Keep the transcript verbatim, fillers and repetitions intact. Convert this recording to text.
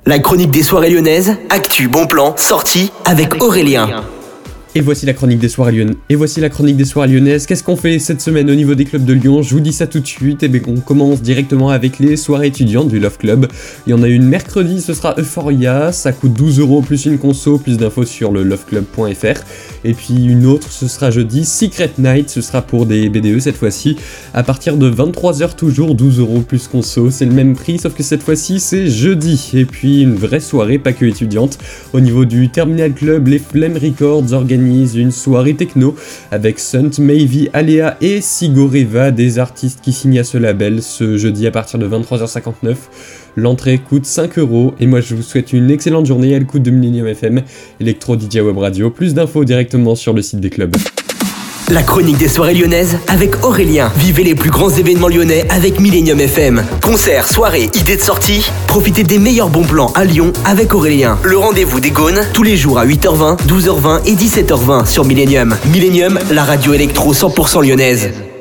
La chronique des soirées lyonnaises, actu, bon plan, sortie avec Aurélien. Et voici la chronique des soirées lyonnaises. Et voici la chronique des soirées lyonnaises. Qu'est-ce qu'on fait cette semaine au niveau des clubs de Lyon? Je vous dis ça tout de suite. Et bien on commence directement avec les soirées étudiantes du Love Club. Il y en a une mercredi, ce sera Euphoria. Ça coûte douze euros plus une conso, plus d'infos sur le loveclub point f r. Et puis une autre, ce sera jeudi, Secret Night. Ce sera pour des B D E cette fois-ci. À partir de vingt-trois heures toujours, douze euros plus conso. C'est le même prix, sauf que cette fois-ci c'est jeudi. Et puis une vraie soirée, pas que étudiante. Au niveau du Terminal Club, les Flame Records organisent une soirée techno avec Sunt, Mayvi, Aléa et Sigoreva, des artistes qui signent à ce label ce jeudi à partir de vingt-trois heures cinquante-neuf. L'entrée coûte cinq euros et moi je vous souhaite une excellente journée à l'écoute de Millennium F M, Electro D J Web Radio. Plus d'infos directement sur le site des clubs. La chronique des soirées lyonnaises avec Aurélien. Vivez les plus grands événements lyonnais avec Millennium F M. Concerts, soirées, idées de sortie. Profitez des meilleurs bons plans à Lyon avec Aurélien. Le rendez-vous des Gaunes, tous les jours à huit heures vingt, douze heures vingt et dix-sept heures vingt sur Millennium. Millennium, la radio électro cent pour cent lyonnaise.